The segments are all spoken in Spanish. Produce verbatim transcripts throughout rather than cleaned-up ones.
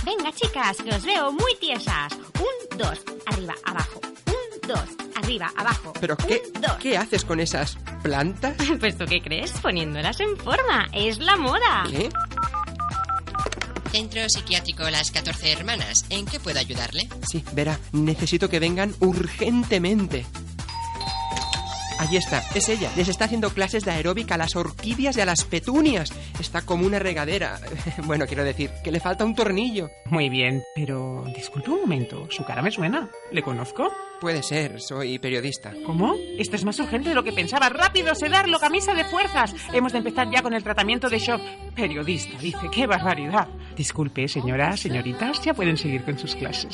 Venga, chicas, que os veo muy tiesas. Un, dos, arriba, abajo. Un, dos, arriba, abajo. ¿Pero Un, qué, dos. qué haces con esas plantas? Pues ¿tú qué crees? Poniéndolas en forma. Es la moda. ¿Qué? Centro Psiquiátrico Las catorce Hermanas. ¿En qué puedo ayudarle? Sí, verá, necesito que vengan urgentemente. Allí está, es ella. Les está haciendo clases de aeróbica a las orquídeas y a las petunias. Está como una regadera. Bueno, quiero decir, que le falta un tornillo. Muy bien, pero disculpe un momento, su cara me suena. ¿Le conozco? Puede ser, soy periodista. ¿Cómo? Esto es más urgente de lo que pensaba. ¡Rápido, sedarlo, camisa de fuerzas! Hemos de empezar ya con el tratamiento de shock. Periodista, dice, ¡qué barbaridad! Disculpe, señora, señoritas, ya pueden seguir con sus clases.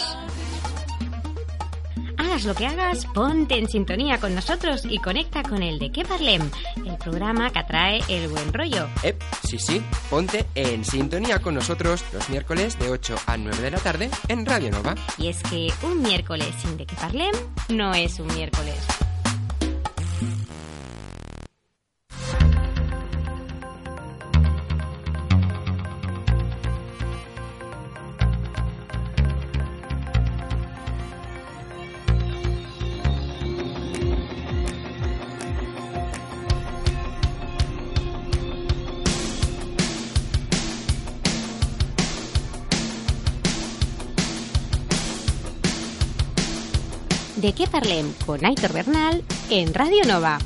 Hagas lo que hagas, ponte en sintonía con nosotros y conecta con el De Qué Parlem, el programa que atrae el buen rollo. Eh, sí, sí, ponte en sintonía con nosotros los miércoles de ocho a nueve de la tarde en Radio Nova. Y es que un miércoles sin De Qué Parlem no es un miércoles. De Qué Parlem con Aitor Bernal en Radio Nova.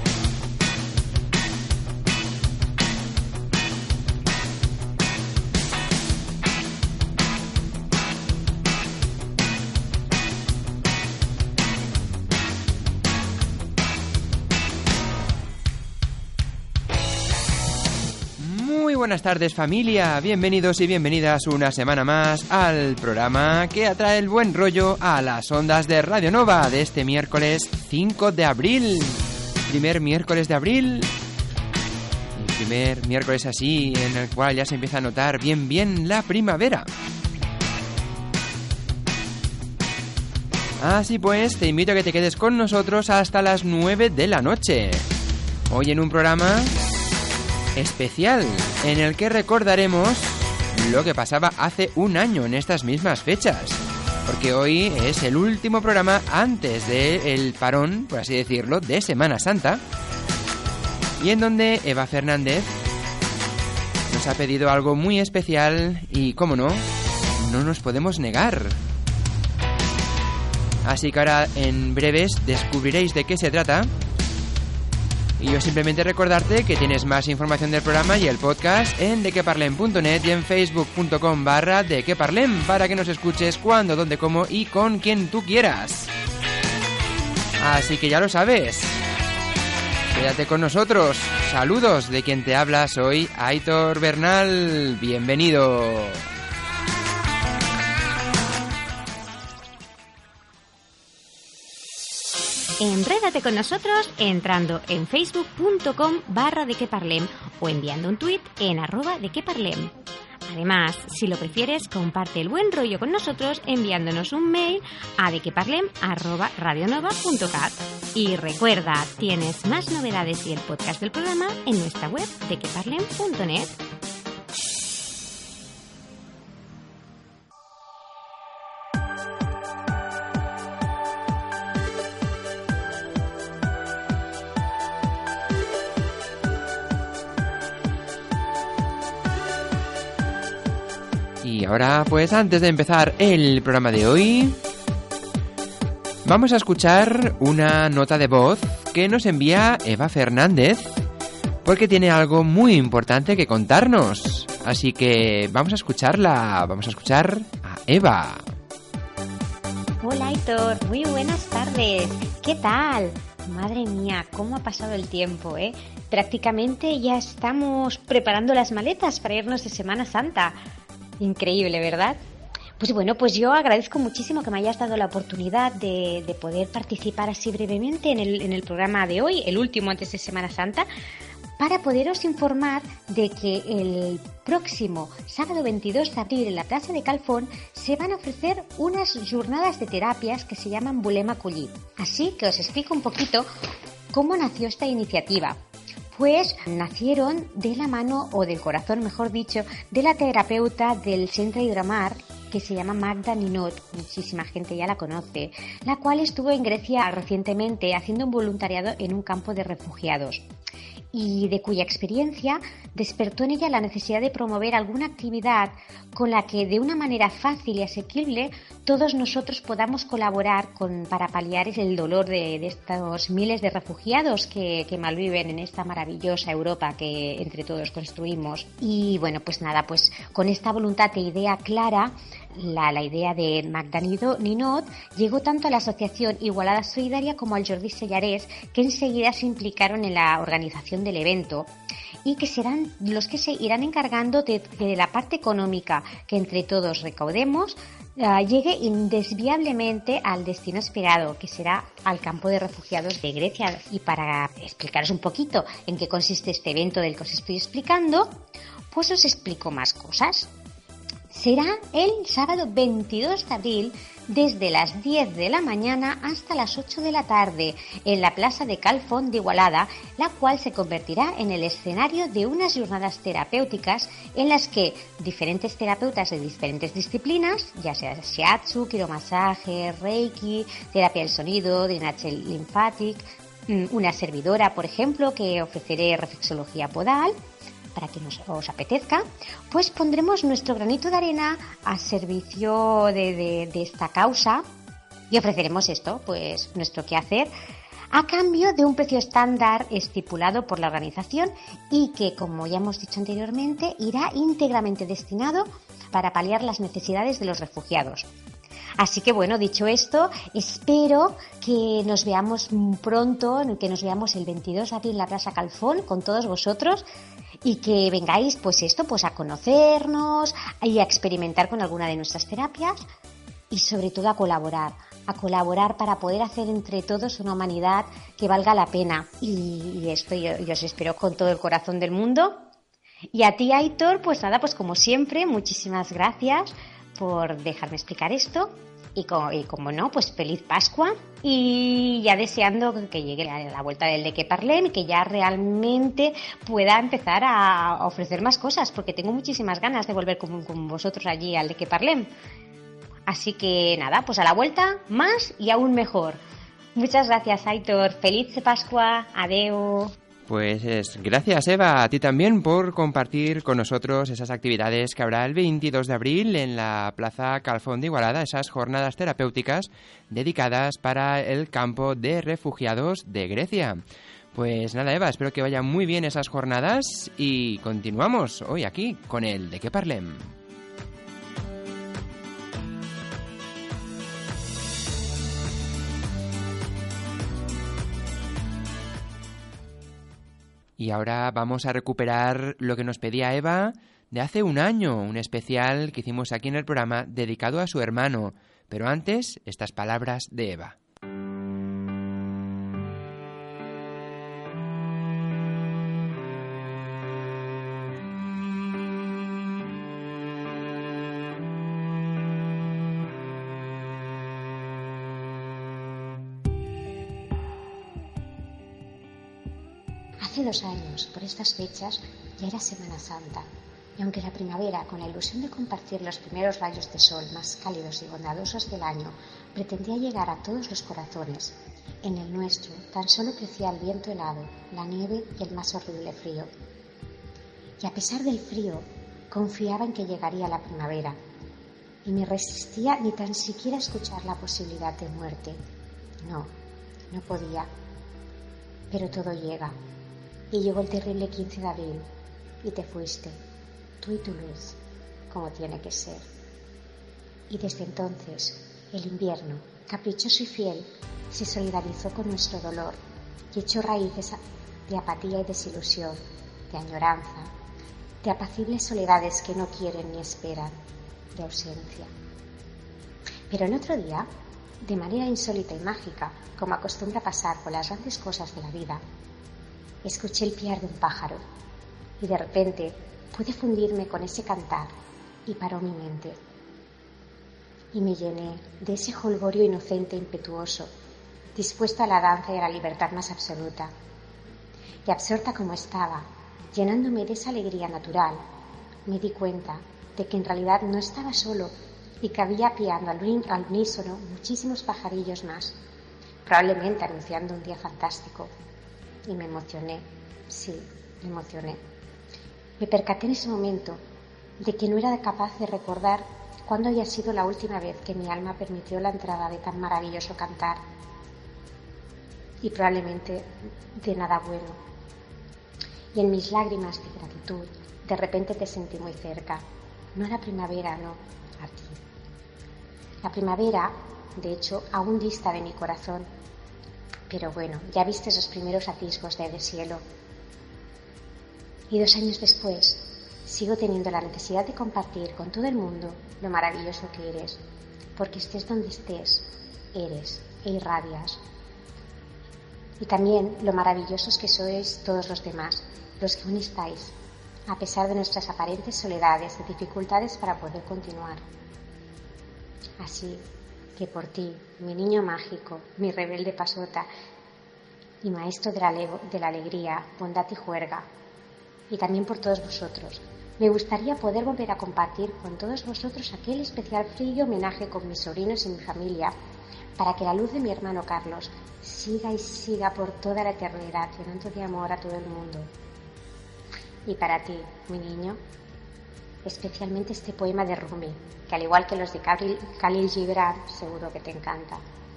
Muy buenas tardes, familia. Bienvenidos y bienvenidas una semana más al programa que atrae el buen rollo a las ondas de Radio Nova de este miércoles cinco de abril. Primer miércoles de abril. El primer miércoles así en el cual ya se empieza a notar bien bien la primavera. Así pues, te invito a que te quedes con nosotros hasta las nueve de la noche. Hoy en un programa especial en el que recordaremos lo que pasaba hace un año en estas mismas fechas, porque hoy es el último programa antes del parón, por así decirlo, de Semana Santa, y en donde Eva Fernández nos ha pedido algo muy especial y, cómo no, no nos podemos negar. Así que ahora en breves descubriréis de qué se trata. Y yo simplemente recordarte que tienes más información del programa y el podcast en dequeparlem punto net y en facebook.com barra dequeparlem para que nos escuches cuando, dónde, cómo y con quien tú quieras. Así que ya lo sabes. Quédate con nosotros. Saludos de quien te habla, soy Aitor Bernal. Bienvenido. Enrédate con nosotros entrando en facebook.com barra de que parlem o enviando un tuit en arroba de que parlem. Además, si lo prefieres, comparte el buen rollo con nosotros enviándonos un mail a dequeparlem arroba radionova punto cat. Y recuerda, tienes más novedades y el podcast del programa en nuestra web dequeparlem punto net. Y ahora, pues antes de empezar el programa de hoy, vamos a escuchar una nota de voz que nos envía Eva Fernández, porque tiene algo muy importante que contarnos. Así que vamos a escucharla, vamos a escuchar a Eva. Hola Aitor, muy buenas tardes. ¿Qué tal? Madre mía, cómo ha pasado el tiempo, ¿eh? Prácticamente ya estamos preparando las maletas para irnos de Semana Santa. Increíble, ¿verdad? Pues bueno, pues yo agradezco muchísimo que me hayas dado la oportunidad de, de poder participar así brevemente en el, en el programa de hoy, el último antes de Semana Santa, para poderos informar de que el próximo sábado veintidós de abril en la Plaza de Calfón se van a ofrecer unas jornadas de terapias que se llaman Volem Acollir. Así que os explico un poquito cómo nació esta iniciativa. pues nacieron de la mano, o del corazón mejor dicho, de la terapeuta del Centre Hidromar, que se llama Magda Ninot, muchísima gente ya la conoce, la cual estuvo en Grecia recientemente haciendo un voluntariado en un campo de refugiados, y de cuya experiencia despertó en ella la necesidad de promover alguna actividad con la que de una manera fácil y asequible todos nosotros podamos colaborar con, para paliar el dolor de, de estos miles de refugiados que, que malviven en esta maravillosa Europa que entre todos construimos. Y bueno, pues nada, pues con esta voluntad e idea clara, La, la idea de Magda Ninot llegó tanto a la Asociación Igualada Solidaria como al Jordi Sellarés, que enseguida se implicaron en la organización del evento y que serán los que se irán encargando de que de la parte económica que entre todos recaudemos uh, llegue indesviablemente al destino esperado, que será al campo de refugiados de Grecia. Y para explicaros un poquito en qué consiste este evento del que os estoy explicando, pues os explico más cosas. Será el sábado veintidós de abril desde las diez de la mañana hasta las ocho de la tarde en la Plaza de Cal Font de Igualada, la cual se convertirá en el escenario de unas jornadas terapéuticas en las que diferentes terapeutas de diferentes disciplinas, ya sea shiatsu, quiromasaje, reiki, terapia del sonido, drenaje linfático, una servidora, por ejemplo, que ofreceré reflexología podal, para que nos, os apetezca, pues pondremos nuestro granito de arena a servicio de, de, de esta causa y ofreceremos esto, pues nuestro quehacer, a cambio de un precio estándar estipulado por la organización y que, como ya hemos dicho anteriormente, irá íntegramente destinado para paliar las necesidades de los refugiados. Así que bueno, dicho esto, espero que nos veamos pronto, que nos veamos el veintidós de abril en la Plaza Cal Font con todos vosotros y que vengáis pues esto, pues a conocernos y a experimentar con alguna de nuestras terapias y sobre todo a colaborar, a colaborar para poder hacer entre todos una humanidad que valga la pena. Y, y esto yo, yo os espero con todo el corazón del mundo. Y a ti, Aitor, pues nada, pues como siempre, muchísimas gracias por dejarme explicar esto. Y como, y como no, pues feliz Pascua y ya deseando que llegue a la vuelta del De Que Parlem y que ya realmente pueda empezar a ofrecer más cosas, porque tengo muchísimas ganas de volver con, con vosotros allí al De Que Parlem. Así que nada, pues a la vuelta más y aún mejor. Muchas gracias, Aitor. Feliz Pascua. Adeu. Pues es, gracias, Eva, a ti también por compartir con nosotros esas actividades que habrá el veintidós de abril en la Plaza Cal Font de Igualada, esas jornadas terapéuticas dedicadas para el campo de refugiados de Grecia. Pues nada, Eva, espero que vayan muy bien esas jornadas y continuamos hoy aquí con el De Que Parlem. Y ahora vamos a recuperar lo que nos pedía Eva de hace un año, un especial que hicimos aquí en el programa dedicado a su hermano. Pero antes, estas palabras de Eva. Hace dos años, por estas fechas, ya era Semana Santa, y aunque la primavera, con la ilusión de compartir los primeros rayos de sol más cálidos y bondadosos del año, pretendía llegar a todos los corazones, en el nuestro tan solo crecía el viento helado, la nieve y el más horrible frío. Y a pesar del frío, confiaba en que llegaría la primavera, y me resistía ni tan siquiera a escuchar la posibilidad de muerte. No, no podía. Pero todo llega. Y llegó el terrible quince de abril y te fuiste, tú y tu luz, como tiene que ser. Y desde entonces, el invierno, caprichoso y fiel, se solidarizó con nuestro dolor y echó raíces de apatía y desilusión, de añoranza, de apacibles soledades que no quieren ni esperan, de ausencia. Pero en otro día, de manera insólita y mágica, como acostumbra pasar con las grandes cosas de la vida, escuché el piar de un pájaro y de repente pude fundirme con ese cantar y paró mi mente. Y me llené de ese jolgorio inocente e impetuoso, dispuesto a la danza y a la libertad más absoluta. Y absorta como estaba, llenándome de esa alegría natural, me di cuenta de que en realidad no estaba solo y que había piando al unísono muchísimos pajarillos más, probablemente anunciando un día fantástico. Y me emocioné, sí, me emocioné. Me percaté en ese momento de que no era capaz de recordar cuándo había sido la última vez que mi alma permitió la entrada de tan maravilloso cantar. Y probablemente de nada bueno. Y en mis lágrimas de gratitud, de repente te sentí muy cerca. No a la primavera, no, a ti. La primavera, de hecho, aún dista de mi corazón. Pero bueno, ya viste esos primeros atisbos de deshielo. Y dos años después, sigo teniendo la necesidad de compartir con todo el mundo lo maravilloso que eres. Porque estés donde estés, eres e irradias. Y también lo maravillosos que sois todos los demás, los que aún estáis, a pesar de nuestras aparentes soledades y dificultades para poder continuar. Así que por ti, mi niño mágico, mi rebelde pasota y maestro de la, de la alegría, bondad y juerga, y también por todos vosotros, me gustaría poder volver a compartir con todos vosotros aquel especial frío homenaje con mis sobrinos y mi familia, para que la luz de mi hermano Carlos siga y siga por toda la eternidad, llenando de amor a todo el mundo. Y para ti, mi niño, especialmente este poema de Rumi, que al igual que los de Khalil Gibran, seguro que te encanta.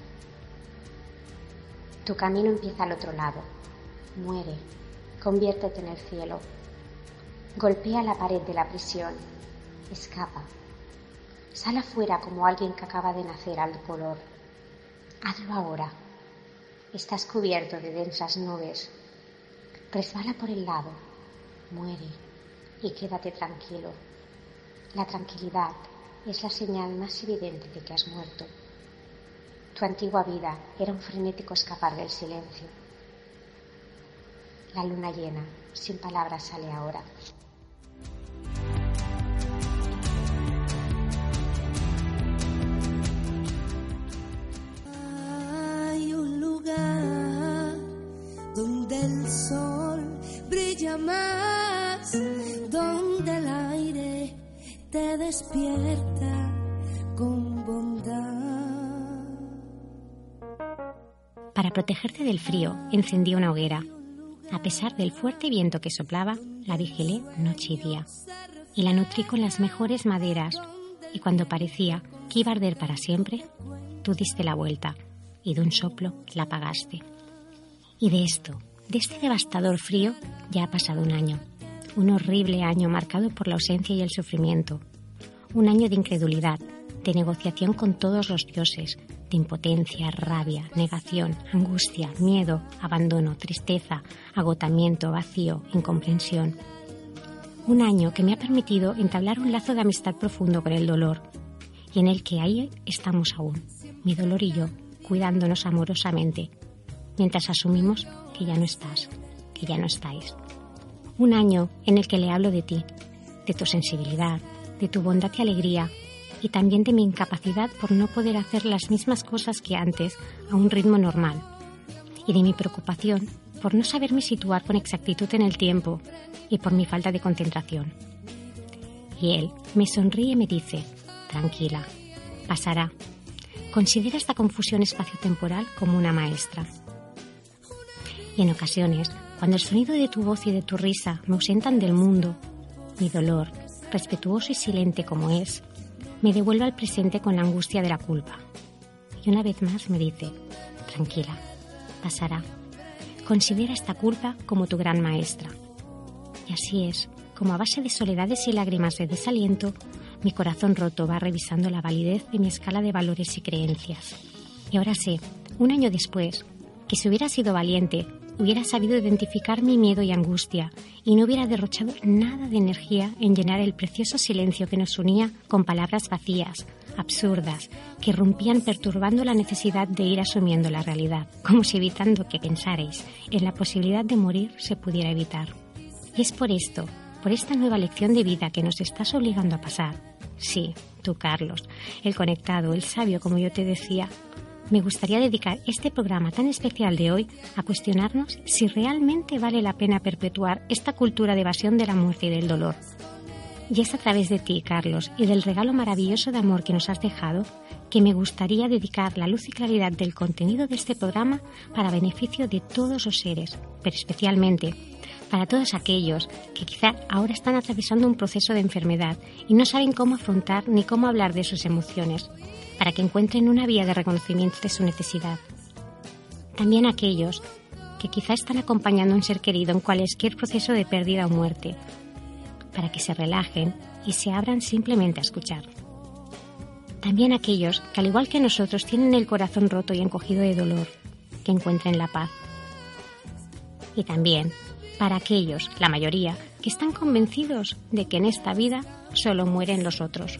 Tu camino empieza al otro lado. Muere, conviértete en el cielo. Golpea la pared de la prisión. Escapa. Sal afuera como alguien que acaba de nacer al color. Hazlo ahora. Estás cubierto de densas nubes. Resbala por el lado. Muere y quédate tranquilo. La tranquilidad es la señal más evidente de que has muerto. Tu antigua vida era un frenético escapar del silencio. La luna llena, sin palabras, sale ahora. Hay un lugar donde el sol brilla más, donde el aire te despierta con bondad. Para protegerte del frío, encendí una hoguera. A pesar del fuerte viento que soplaba, la vigilé noche y día. Y la nutrí con las mejores maderas. Y cuando parecía que iba a arder para siempre, tú diste la vuelta y de un soplo la apagaste. Y de esto, de este devastador frío, ya ha pasado un año. Un horrible año marcado por la ausencia y el sufrimiento. Un año de incredulidad, de negociación con todos los dioses, de impotencia, rabia, negación, angustia, miedo, abandono, tristeza, agotamiento, vacío, incomprensión. Un año que me ha permitido entablar un lazo de amistad profundo con el dolor, y en el que ahí estamos aún, mi dolor y yo, cuidándonos amorosamente, mientras asumimos que ya no estás, que ya no estáis. Un año en el que le hablo de ti, de tu sensibilidad, de tu bondad y alegría, y también de mi incapacidad por no poder hacer las mismas cosas que antes a un ritmo normal, y de mi preocupación por no saberme situar con exactitud en el tiempo y por mi falta de concentración. Y él me sonríe y me dice: tranquila, pasará. Considera esta confusión espaciotemporal como una maestra. Y en ocasiones, cuando el sonido de tu voz y de tu risa me ausentan del mundo, mi dolor, respetuoso y silente como es, me devuelve al presente con la angustia de la culpa. Y una vez más me dice: tranquila, pasará. Considera esta culpa como tu gran maestra. Y así es, como a base de soledades y lágrimas de desaliento, mi corazón roto va revisando la validez de mi escala de valores y creencias. Y ahora sé, un año después, que si hubiera sido valiente, hubiera sabido identificar mi miedo y angustia y no hubiera derrochado nada de energía en llenar el precioso silencio que nos unía con palabras vacías, absurdas, que rompían perturbando la necesidad de ir asumiendo la realidad, como si evitando que pensarais en la posibilidad de morir se pudiera evitar. Y es por esto, por esta nueva lección de vida que nos estás obligando a pasar. Sí, tú, Carlos, el conectado, el sabio, como yo te decía, me gustaría dedicar este programa tan especial de hoy a cuestionarnos si realmente vale la pena perpetuar esta cultura de evasión de la muerte y del dolor. Y es a través de ti, Carlos, y del regalo maravilloso de amor que nos has dejado, que me gustaría dedicar la luz y claridad del contenido de este programa para beneficio de todos los seres, pero especialmente para todos aquellos que quizá ahora están atravesando un proceso de enfermedad y no saben cómo afrontar ni cómo hablar de sus emociones, para que encuentren una vía de reconocimiento de su necesidad. También aquellos que quizá están acompañando a un ser querido en cualquier proceso de pérdida o muerte, para que se relajen y se abran simplemente a escuchar. También aquellos que, al igual que nosotros, tienen el corazón roto y encogido de dolor, que encuentren la paz. Y también para aquellos, la mayoría, que están convencidos de que en esta vida solo mueren los otros.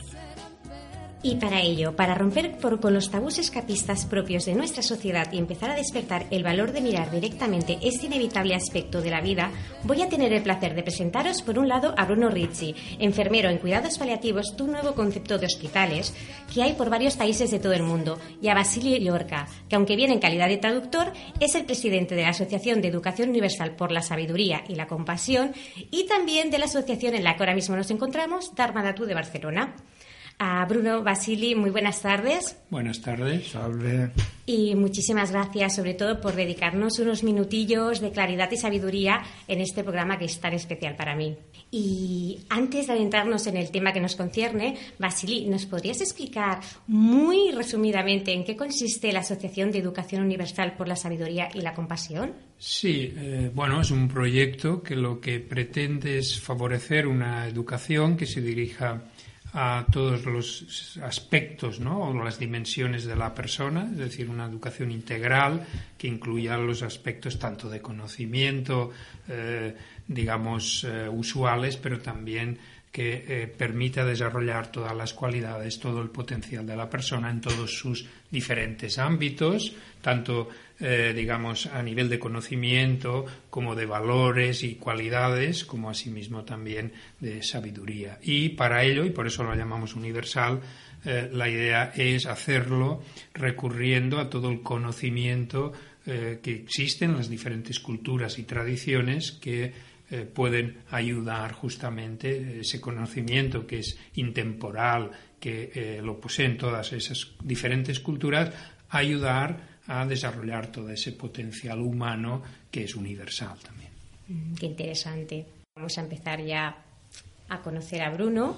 Y para ello, para romper por, con los tabús escapistas propios de nuestra sociedad y empezar a despertar el valor de mirar directamente este inevitable aspecto de la vida, voy a tener el placer de presentaros por un lado a Bruno Ricci, enfermero en cuidados paliativos de un nuevo concepto de hospitales que hay por varios países de todo el mundo, y a Vasili Llorca, que aunque viene en calidad de traductor, es el presidente de la Asociación de Educación Universal por la Sabiduría y la Compasión y también de la asociación en la que ahora mismo nos encontramos, Dharma Datu de Barcelona. A Bruno, Vasili, muy buenas tardes. Buenas tardes. Salve. Y muchísimas gracias, sobre todo, por dedicarnos unos minutillos de claridad y sabiduría en este programa que es tan especial para mí. Y antes de adentrarnos en el tema que nos concierne, Vasili, ¿nos podrías explicar muy resumidamente en qué consiste la Asociación de Educación Universal por la Sabiduría y la Compasión? Sí, eh, bueno, es un proyecto que lo que pretende es favorecer una educación que se dirija a todos los aspectos, ¿no?, o las dimensiones de la persona, es decir, una educación integral que incluya los aspectos tanto de conocimiento, eh, digamos, eh, usuales, pero también que eh, permita desarrollar todas las cualidades, todo el potencial de la persona en todos sus diferentes ámbitos, tanto, eh, digamos, a nivel de conocimiento como de valores y cualidades, como asimismo también de sabiduría. Y para ello, y por eso lo llamamos universal, eh, la idea es hacerlo recurriendo a todo el conocimiento eh, que existe en las diferentes culturas y tradiciones que Eh, pueden ayudar justamente ese conocimiento que es intemporal, que eh, lo poseen todas esas diferentes culturas, a ayudar a desarrollar todo ese potencial humano que es universal también. Qué interesante. Vamos a empezar ya a conocer a Bruno.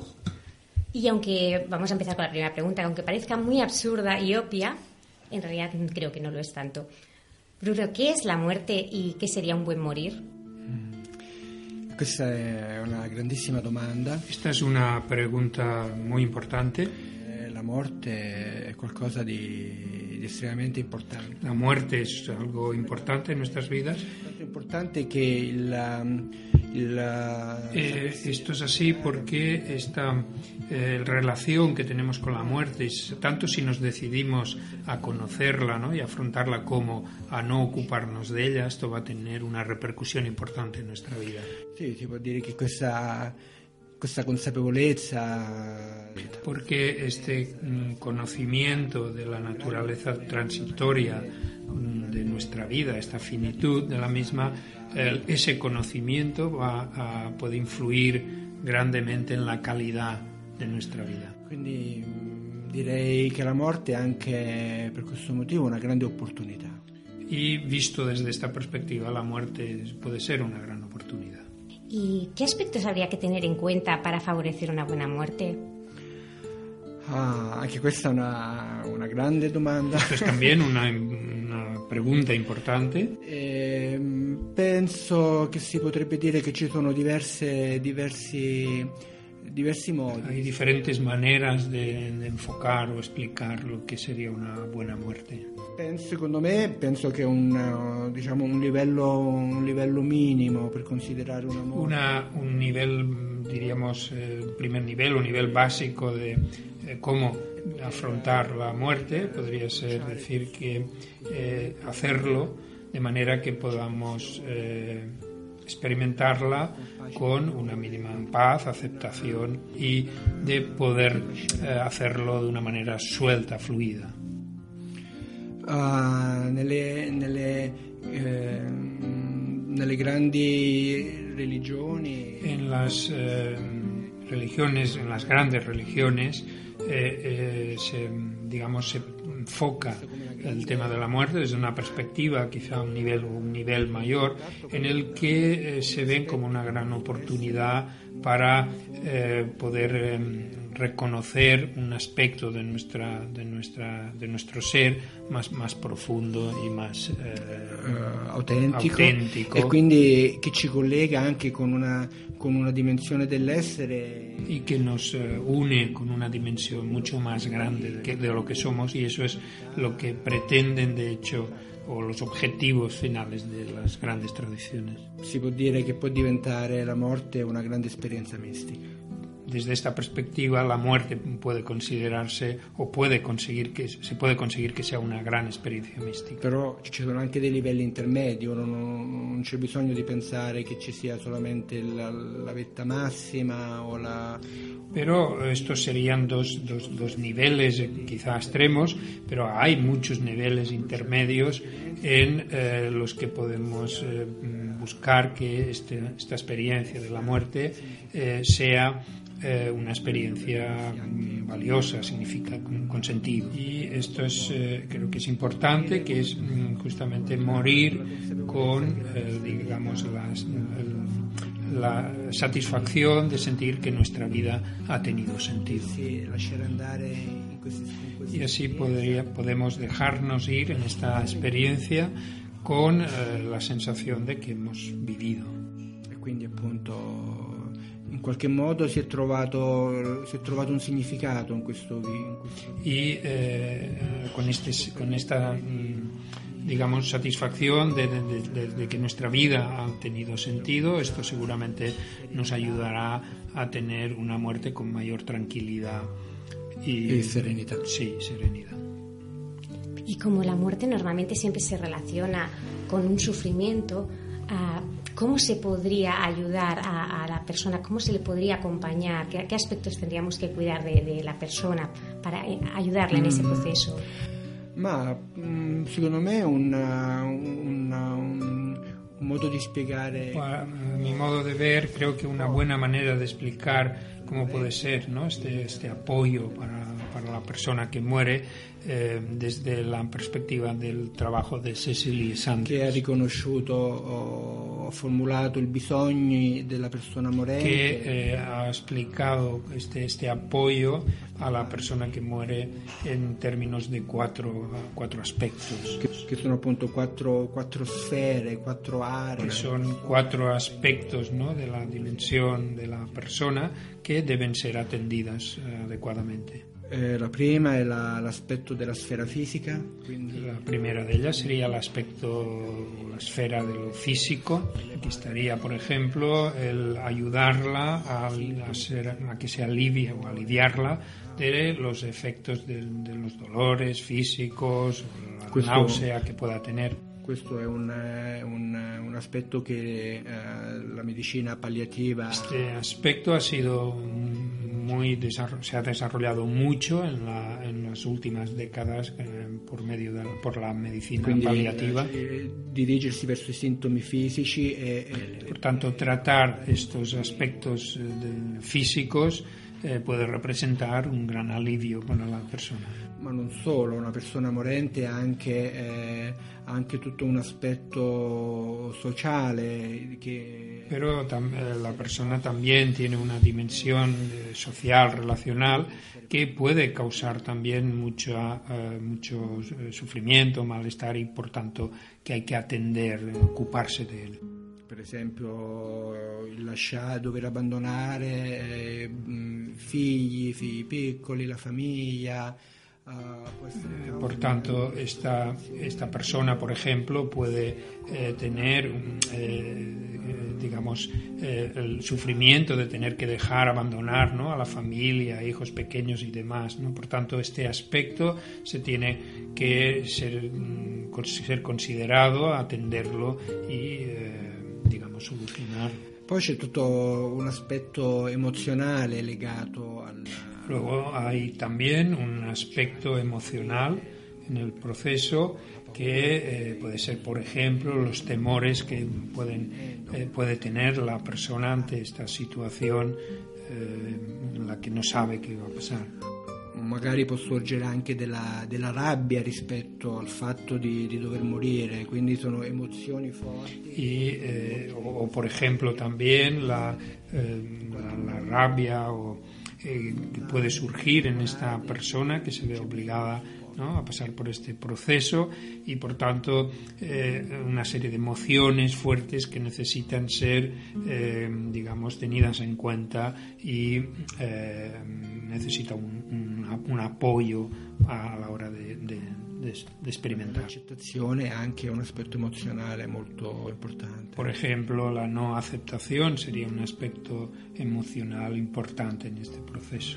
Y aunque vamos a empezar con la primera pregunta, aunque parezca muy absurda y obvia, en realidad creo que no lo es tanto. Bruno, ¿qué es la muerte y qué sería un buen morir? Questa è una grandissima domanda. Esta es una pregunta muy importante. La muerte è qualcosa di, di estremamente importante. La muerte es algo importante en nuestras vidas. Tanto importante que la, la... Eh, esto es así porque esta eh, relación que tenemos con la muerte, tanto si nos decidimos a conocerla, ¿no?, y afrontarla, como a no ocuparnos de ella, esto va a tener una repercusión importante en nuestra vida. Sí, si può dire che questa, questa consapevolezza... Porque este mm, conocimiento de la naturaleza transitoria mm, de nuestra vida, esta finitud de la misma, el, ese conocimiento va a, puede influir grandemente en la calidad de nuestra vida. Quindi direi che la morte è anche per questo motivo una grande opportunità. Y visto desde esta perspectiva, la muerte puede ser una gran oportunidad. ¿Y qué aspectos habría que tener en cuenta para favorecer una buena muerte? Ah, anche questa è una, una grande domanda. Esto es también una, una pregunta importante. Eh, penso che si potrebbe dire che ci sono diverse, diversi, diversi modi. Hay diferentes maneras de, de enfocar o explicar lo que sería una buena muerte. Penso, secondo me, penso che un, diciamo, un livello, un livello minimo per considerare una morte. Una, un nivel, diríamos, eh, primer nivel o nivel básico de eh, cómo afrontar la muerte podría ser decir que eh, hacerlo de manera que podamos eh, experimentarla con una mínima paz, aceptación y de poder eh, hacerlo de una manera suelta, fluida. Uh, nelle, nelle, eh, nelle grandi religioni. En las eh, religiones, en las grandes religiones, eh, eh, se, digamos, se enfoca el tema de la muerte desde una perspectiva, quizá un nivel un nivel mayor, en el que eh, se ven como una gran oportunidad para eh, poder eh, reconocer un aspecto de nuestra de nuestra de nuestro ser más más profundo y más eh, uh, autentico, autentico, e quindi che ci collega anche con una con una dimensione dell'essere y que nos eh, une con una dimensión mucho más grande de, que, de lo que somos, y eso es lo que pretenden de hecho o los objetivos finales de las grandes tradiciones. Si può dire che può diventare la morte una grande esperienza mistica. Desde esta perspectiva, la muerte puede considerarse o puede conseguir que se puede conseguir que sea una gran experiencia mística. Però ci sono anche dei livelli intermedi, non, non c'è bisogno di pensare che ci sia solamente la, la vetta massima o la... Pero estos serían dos, dos, dos niveles quizá extremos, pero hay muchos niveles intermedios en eh, los que podemos eh, buscar que este, esta experiencia de la muerte eh, sea eh, una experiencia valiosa, significa con, con sentido. Y esto es, eh, creo que es importante, que es mm, justamente morir con, eh, digamos, las, el, la satisfacción de sentir que nuestra vida ha tenido sentido. Y así podría, podemos dejarnos ir en esta experiencia con eh, la sensación de que hemos vivido. E quindi appunto in qualche modo si è trovato si è trovato un significato in questo, in questo... y eh, con este con esta digamos satisfacción de, de, de, de que nuestra vida ha tenido sentido. Esto seguramente nos ayudará a tener una muerte con mayor tranquilidad y, y serenidad. Sí, serenidad. Y como la muerte normalmente siempre se relaciona con un sufrimiento, ¿cómo se podría ayudar a, a la persona? ¿Cómo se le podría acompañar? ¿Qué, qué aspectos tendríamos que cuidar de, de la persona para ayudarla en ese proceso? Ma secondo me una, una, un, un modo di spiegare... A mi modo de ver, creo que una buena manera de explicar cómo puede ser, ¿no? este, este apoyo para, para la persona que muere eh, desde la perspectiva del trabajo de Cecilie Sanders, che ha riconosciuto o formulato i bisogni della persona morente, que eh, ha explicado este, este apoyo a la persona que muere en términos de cuatro, cuatro aspectos. Che, che sono appunto quattro, quattro sfere, quattro aree. Son cuatro aspectos, ¿no?, de la dimensión de la persona que deben ser atendidas eh, adecuadamente. Eh, la prima è la, l'aspetto della sfera fisica. Quindi... La primera de ellas sería el aspecto, la esfera de lo físico. Aquí estaría, por ejemplo, el ayudarla a, a, ser, a que se alivie o aliviarla de los efectos de, de los dolores físicos, la Questo... náusea que pueda tener. Questo è un, un, un aspetto che eh, la medicina palliativa... Este aspecto ha sido muy se ha desarrollado mucho en, la, en las últimas décadas eh, por medio de, por la medicina Quindi, palliativa. Eh, dirigersi verso i sintomi fisici e, e... Por tanto, tratar estos aspectos eh, de, físicos eh, puede representar un gran alivio para la persona. Ma non solo, una persona morente ha anche, eh, anche tutto un aspetto sociale che... Pero tam, eh, la persona también tiene una dimensión eh, social, relacional, que puede causar también mucho, eh, mucho eh, sufrimiento, malestar, y por tanto que hay que atender, eh, ocuparse de él. Per esempio il lasciare, dover abbandonare eh, figli, figli piccoli, la famiglia. Uh, por tanto, esta, esta persona, por ejemplo, puede eh, tener, eh, digamos, eh, el sufrimiento de tener que dejar, abandonar, ¿no?, a la familia, hijos pequeños y demás, ¿no? Por tanto, este aspecto se tiene que ser, ser considerado, atenderlo y, eh, digamos, solucionar. Poi c'è tutto un aspetto emozionale legato al... Luego hay también un aspecto emocional en el proceso, que eh, puede ser, por ejemplo, los temores che pueden, eh, puede tener la persona ante esta situazione eh, en la che non sabe che va a passare. Magari può sorgere anche della, della rabbia rispetto al fatto di, di dover morire, quindi sono emozioni forti. Y, eh, o, o, por ejemplo, también la, eh, la, la rabia o, eh, que puede surgir en esta persona que se ve obligada, ¿no?, a pasar por este proceso y, por tanto, eh, una serie de emociones fuertes que necesitan ser, eh, digamos, tenidas en cuenta y eh, necesita un, un, un apoyo a la hora de, de, de, de experimentar. L'accettazione è anche un aspetto emozionale molto importante. Por ejemplo, la no aceptación sería un aspecto emocional importante en este proceso.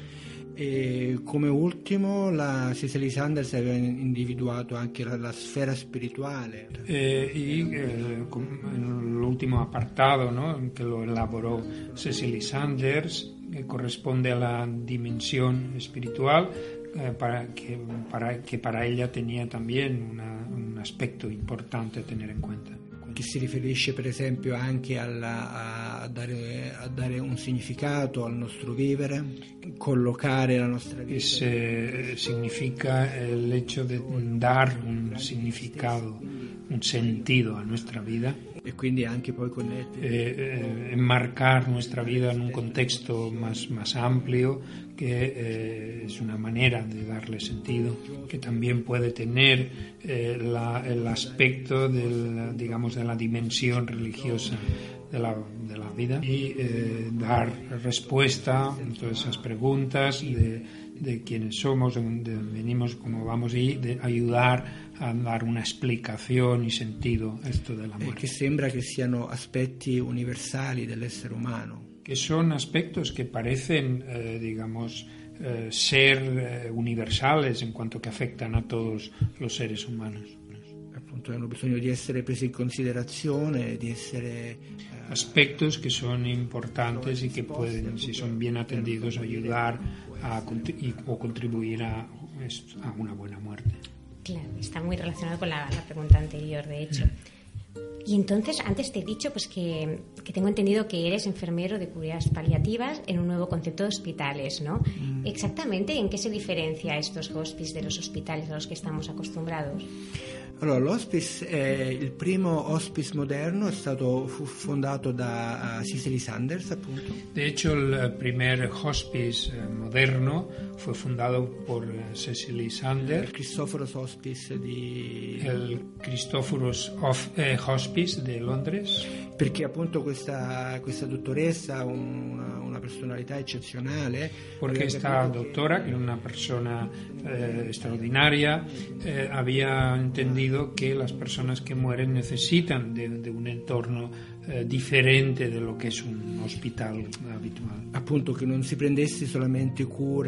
E come ultimo la Cicely Saunders aveva individuato anche la, la sfera spirituale. Eh, y eh, l'ultimo apartado, ¿no?, que lo elaboró Cicely Saunders, que corresponde a la dimensión espiritual, eh, para que, para, que para ella tenía también una, un aspecto importante a tener en cuenta. Che si riferisce per esempio anche alla, a, dare, a dare un significato al nostro vivere, collocare la nostra vita. Ese significa el hecho de dar un significado, un sentido a nuestra vida. E quindi anche poi connettere. Eh, eh, enmarcar nuestra vida en un contexto más, más amplio, que eh, es una manera de darle sentido, que también puede tener eh, la, el aspecto del, digamos, de la dimensión religiosa de la, de la vida y eh, dar respuesta a todas esas preguntas de, de quiénes somos, de dónde venimos, cómo vamos, y de ayudar a dar una explicación y sentido a esto de la muerte. Che sembra che siano aspetti universali dell'essere umano. Que son aspectos que parecen, eh, digamos, eh, ser eh, universales en cuanto que afectan a todos los seres humanos. Appunto, hanno bisogno di essere presi in considerazione, di essere... Eh, aspectos que son importantes y que pueden, si son bien atendidos, ayudar a, y, o contribuir a, a una buena muerte. Claro, está muy relacionado con la, la pregunta anterior, de hecho. Y entonces, antes te he dicho pues que, que tengo entendido que eres enfermero de curas paliativas en un nuevo concepto de hospitales, ¿no? Mm. Exactamente, ¿en qué se diferencia estos hospices de los hospitales a los que estamos acostumbrados? Allora, l'hospice, eh, il primo hospice moderno è stato fu fondato da uh, Cicely Saunders, appunto. De hecho, el primer hospice eh, moderno fue fundado por eh, Cicely Saunders. Il Christopher's Hospice di... El Christopher's of, eh, Hospice de Londres. Perché appunto questa, questa dottoressa ha una, una personalità eccezionale. Porque esta doctora, que era una persona eh, extraordinaria, eh, había entendido que las personas que mueren necesitan de, de un entorno eh, diferente de lo que es un hospital habitual. Appunto, che non si prendesse solamente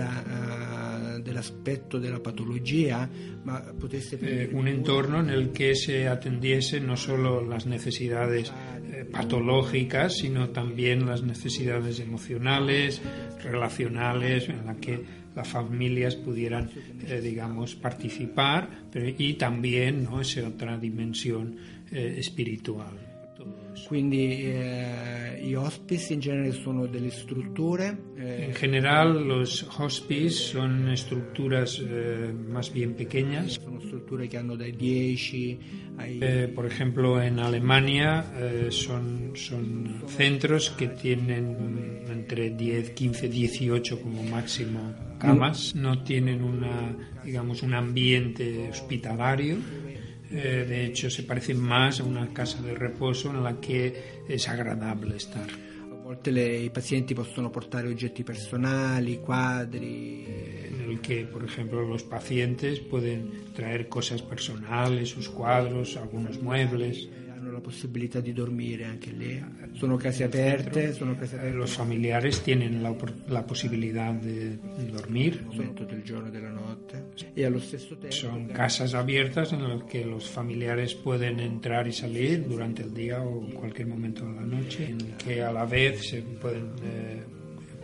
cura uh, dell'aspetto della patologia, ma potesse eh, un entorno en el que se atendiese no solo las necesidades eh, patológicas, sino también las necesidades emocionales, relacionales, en la que las familias pudieran, eh, digamos, participar, pero, y también, ¿no?, esa otra dimensión eh, espiritual. Quindi eh, gli hospice in genere sono delle strutture. Eh, en general, los hospice son estructuras eh, más bien pequeñas. Sono strutture che hanno dai dieci ai... Eh, por ejemplo, en Alemania eh, son, son centros que tienen entre diez, quince, dieciocho como máximo camas. No tienen una, digamos, un ambiente hospitalario. Eh, de hecho, se parece más a una casa de reposo en la que es agradable estar. A volte le, i pazienti possono portare oggetti personali, quadri. En el que, por ejemplo, los pacientes pueden traer cosas personales, sus cuadros, algunos muebles. Hanno la possibilità di dormire anche lì. Sono case aperte, sono case aperte. Los familiares tienen la, la posibilidad de dormir. Del giorno e della notte. E allo stesso tempo son casas abiertas en las que los familiares pueden entrar y salir durante el día o en cualquier momento de la noche, en que a la vez se pueden eh,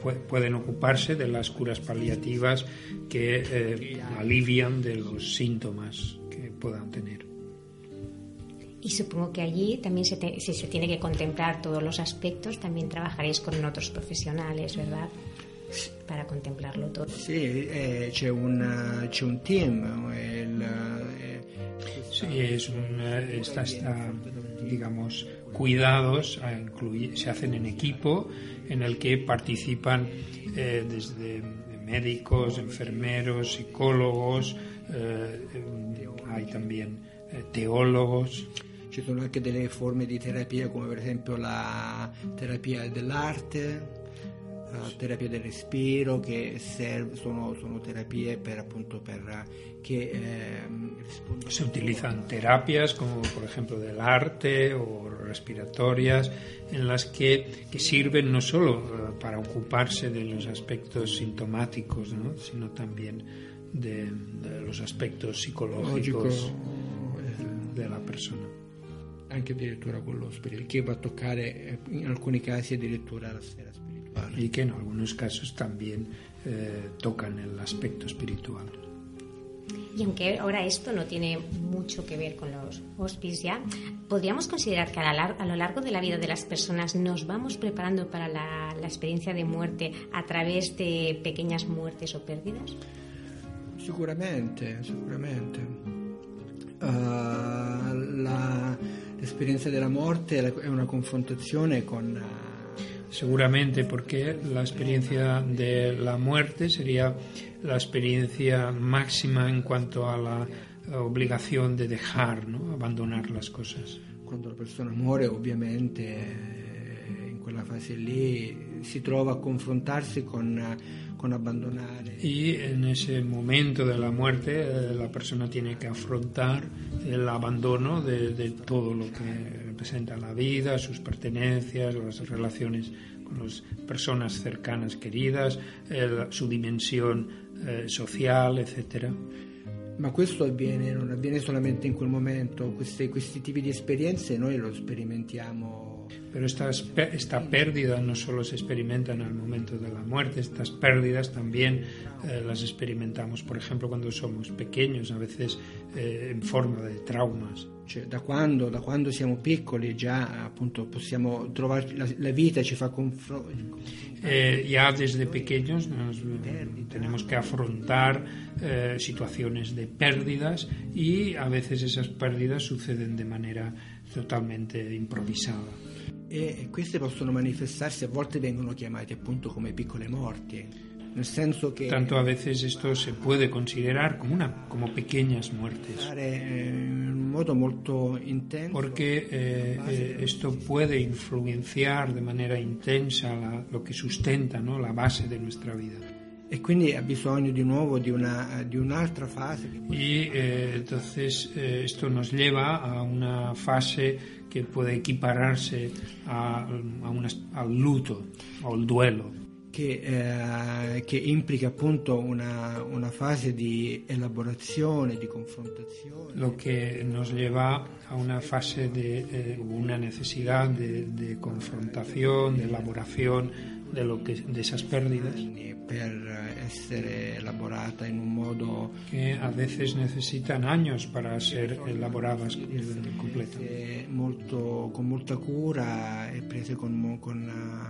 pueden ocuparse de las curas paliativas que eh, alivian de los síntomas que puedan tener. Y supongo que allí también se te, si se tiene que contemplar todos los aspectos, también trabajaréis con otros profesionales, ¿verdad? Para contemplarlo todo. Sì, eh, c'è, un, c'è un team. El, eh, sí, es un, esta, esta, digamos, cuidados a incluir, se hacen en equipo en el que participan eh, desde médicos, enfermeros, psicólogos, eh, hay también eh, teólogos. Ci sono anche delle forme di terapia come per esempio la terapia dell'arte, la terapia del respiro, che serve, sono, sono terapie per appunto per che eh, rispondono. Se utilizan terapias como por ejemplo del arte o respiratorias en las que, que sirven no solo para ocuparse de los aspectos sintomáticos, ¿no? Sino también de, de los aspectos psicológicos de la persona. Anche addirittura quello spirituale, che va a toccare in alcuni casi addirittura la sfera spirituale. Y que en algunos casos también eh, tocan el aspecto espiritual. Y aunque ahora esto no tiene mucho que ver con los hospices ya, ¿podríamos considerar que a, la, a lo largo de la vida de las personas nos vamos preparando para la, la experiencia de muerte a través de pequeñas muertes o pérdidas? Sicuramente, sicuramente. Uh, la, l'esperienza della morte è una confrontazione con... Uh, Seguramente, porque la experiencia de la muerte sería la experiencia máxima en cuanto a la obligación de dejar, ¿no? Abandonar las cosas. Quando la persona muore, ovviamente, in quella fase lì si trova a confrontarsi con, con abbandonare. Y en ese momento de la muerte, la persona tiene que afrontar el abandono de, de todo lo que representa la vida, sus pertenencias, las relaciones con las personas cercanas queridas, el, su dimensión eh, social, etcétera. Ma questo avviene, non avviene solamente in quel momento, questi, questi tipi di esperienze noi lo sperimentiamo. Pero estas, esta pérdida no solo se experimenta en el momento de la muerte, estas pérdidas también eh, las experimentamos, por ejemplo, cuando somos pequeños, a veces eh, en forma de traumas. Cioè, da quando, da quando siamo piccoli già appunto possiamo trovare la, la vita ci fa confronto. Eh, ya desde pequeños nos, tenemos que afrontar eh, situaciones de pérdidas y a veces esas pérdidas suceden de manera totalmente improvisada. E queste possono manifestarsi, a volte vengono chiamate appunto come piccole morti, nel senso che tanto a veces esto se puede considerar como una como pequeñas muertes. In un modo molto intenso. Porque eh, eh, esto puede influenciar de manera intensa la, lo que sustenta, ¿no? La base de nuestra vida. E quindi ha bisogno di nuovo di, una, di un'altra fase. Y eh, entonces eh, esto nos lleva a una fase que puede equipararse a, a una, al luto o al duelo. Che, eh, che implica appunto una, una fase di elaborazione, di confrontazione. Lo que nos lleva a una fase de eh, una necesidad de, de confrontación, de elaboración de lo que de esas pérdidas. Per essere elaborata in un modo que a veces necesitan años para ser elaboradas completamente. Molto, con molta cura e prese con, con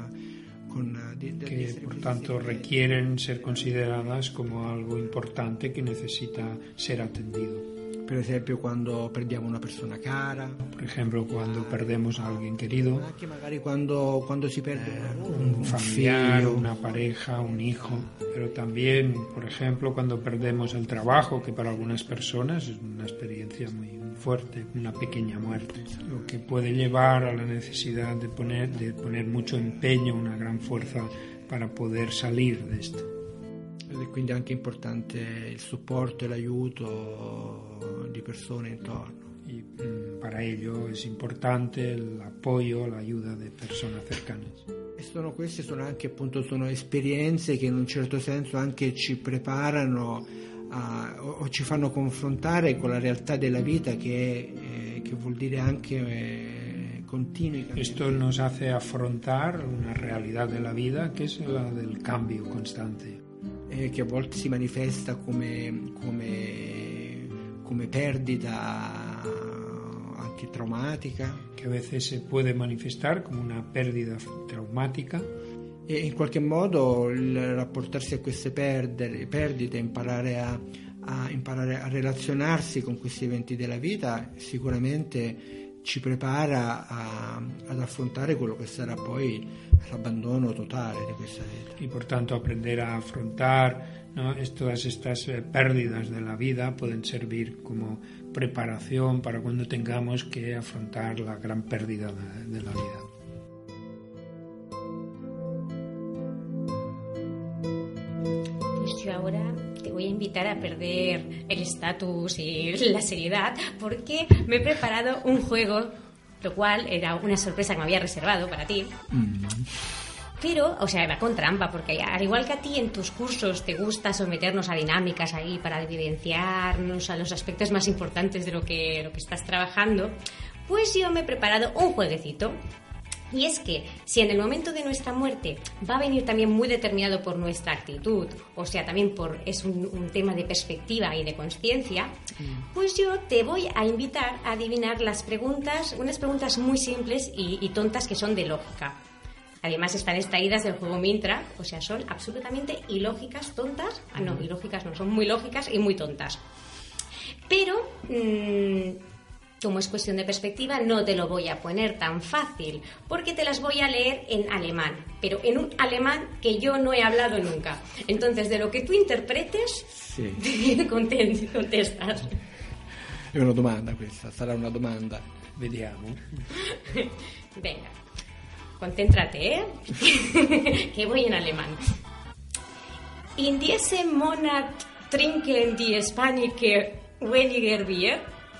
que por tanto requieren ser consideradas como algo importante que necesita ser atendido. Per esempio quando perdiamo una persona cara, por ejemplo cuando perdemos a alguien querido, anche magari quando, quando si perde un, un familiar, figlio, una pareja, un hijo, pero también por ejemplo cuando perdemos el trabajo, que para algunas personas es una experiencia muy fuerte, una pequeña muerte, lo que puede llevar a la necesidad de poner, de poner mucho empeño, una gran fuerza para poder salir de esto. E quindi è anche importante il supporto e l'aiuto di persone intorno. Y mm, para ello es importante el apoyo, la ayuda de personas cercanas. E sono, queste sono anche appunto sono esperienze che in un certo senso anche ci preparano a, o, o ci fanno confrontare con la realtà della vita che, eh, che vuol dire anche eh, continui cambiamenti. Esto nos hace afrontar una realidad de la vida che è la del cambio costante. Eh, che a volte si manifesta come, come, come perdita anche traumatica. Che a veces se puede manifestar come una pérdida traumática. E in qualche modo il rapportarsi a queste perdere, perdite, imparare a, a, imparare a relazionarsi con questi eventi della vita sicuramente ci prepara a, ad affrontare quello che sarà poi l'abbandono totale di questa vita. Y por tanto aprender a afrontar, ¿no? Todas estas eh, pérdidas de la vida pueden servir como preparación para cuando tengamos que afrontar la gran pérdida de, de la vida. Pues yo ahora te voy a invitar a perder el estatus y la seriedad porque me he preparado un juego, lo cual era una sorpresa que me había reservado para ti. Mm. Pero, o sea, va con trampa, porque al igual que a ti en tus cursos te gusta someternos a dinámicas ahí para evidenciarnos a los aspectos más importantes de lo que, lo que estás trabajando, pues yo me he preparado un jueguecito. Y es que si en el momento de nuestra muerte va a venir también muy determinado por nuestra actitud, o sea, también por es un, un tema de perspectiva y de conciencia, pues yo te voy a invitar a adivinar las preguntas, unas preguntas muy simples y, y tontas que son de lógica. Además están extraídas del juego Mintra, o sea, son absolutamente ilógicas, tontas. Ah, no, ilógicas no, son muy lógicas y muy tontas. Pero, mmm, como es cuestión de perspectiva, no te lo voy a poner tan fácil, porque te las voy a leer en alemán, pero en un alemán que yo no he hablado nunca. Entonces, de lo que tú interpretes, sí. contestas. È una domanda questa, sarà una domanda. Vediamo. Venga. Concéntrate, ¿eh? Que voy en alemán. In diesem Monat trinken die Spanier weniger Bier?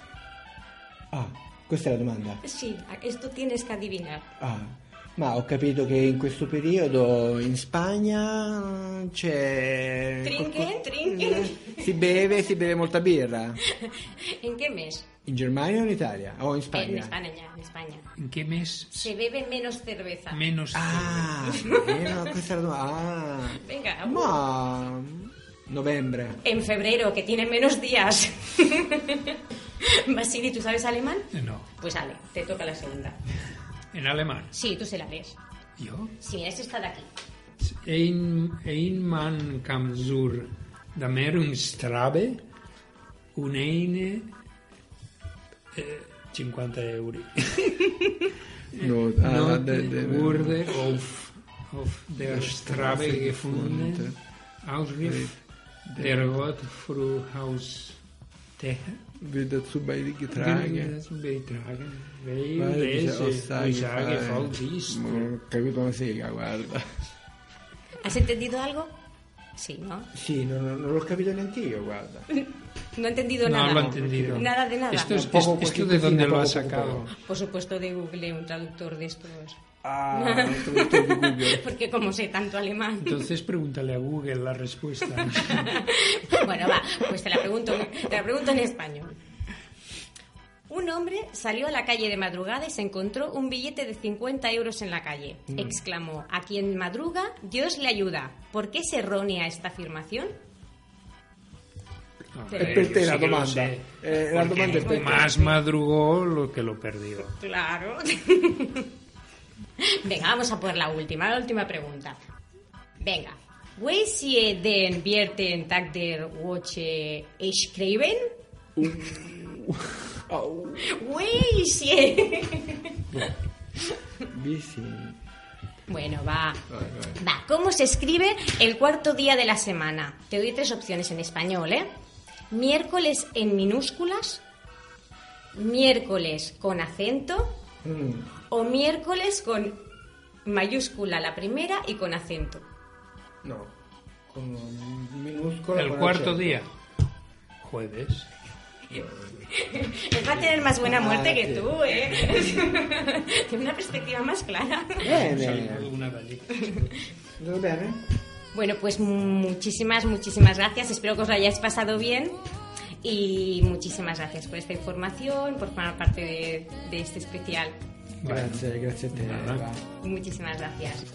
Ah, questa è la domanda? Sì, questo tienes che adivinare. Ah, ma ho capito che in questo periodo in Spagna c'è... Trinken, trinken. Si beve, si beve molta birra. In che mese? ¿En Germania o en Italia? ¿O en España? En España, en España. ¿En qué mes? Se bebe menos cerveza. Menos ah, cerveza. Ah, questa è la domanda. Ah. Venga. Ma... Noviembre. En febrero, que tiene menos días. Vasili, ¿tú sabes alemán? No. Pues vale, te toca la segunda. ¿En alemán? Sí, tú se la lees. ¿Yo? Sí, mira, este está de aquí. Ein, ein man kam zur Damerungsstrabe un eine eh, cinquanta euro. No, no ah, de, de, de, wurde auf, auf der Strabe gefunden. Ausrief der Gott Frau Haus Teher. Will dazu beitragen. Will dazu beitragen. Weil diese Aussage falsch ist. Non ho capito una sega, guarda. ¿Has entendido algo? Sí, ¿no? Sí, no, no, non l'ho capito neanche io, guarda. No he entendido no, nada. No lo he entendido. Nada de nada. Esto, es, es, ¿esto de dónde lo has sacado? Por supuesto de Google, un traductor de estos. Ah, un traductor de Google. Porque como sé tanto alemán. Entonces pregúntale a Google la respuesta. Bueno, va, pues te la pregunto, te la pregunto en español. Un hombre salió a la calle de madrugada y se encontró un billete de cincuenta euros en la calle. Mm. Exclamó: a quien madruga, Dios le ayuda. ¿Por qué es errónea esta afirmación? No, è per te la domanda. Eh, la domanda è per más madrugó lo que lo perdió. Claro. Venga, vamos a por la última, la última pregunta. Venga. ¿Wie Sie den vierten Tag der Woche schreiben? Oh. Wie Sie. Bici. Bueno, va. Vai, vai. Va, ¿cómo se escribe el cuarto día de la semana? Te doy tres opciones en español, ¿eh? Miércoles en minúsculas, miércoles con acento Mm. o miércoles con mayúscula la primera y con acento. No, con minúscula. El con cuarto acento. día, jueves. Él va a tener más buena muerte que tú, ¿eh? Tiene una perspectiva más clara. Bene. Una galleta. ¿Todo bene? Bueno, pues muchísimas, muchísimas gracias. Espero que os lo hayáis pasado bien. Y muchísimas gracias por esta información, por formar parte de, de este especial. Grazie, grazie a te. Eva. Muchísimas gracias.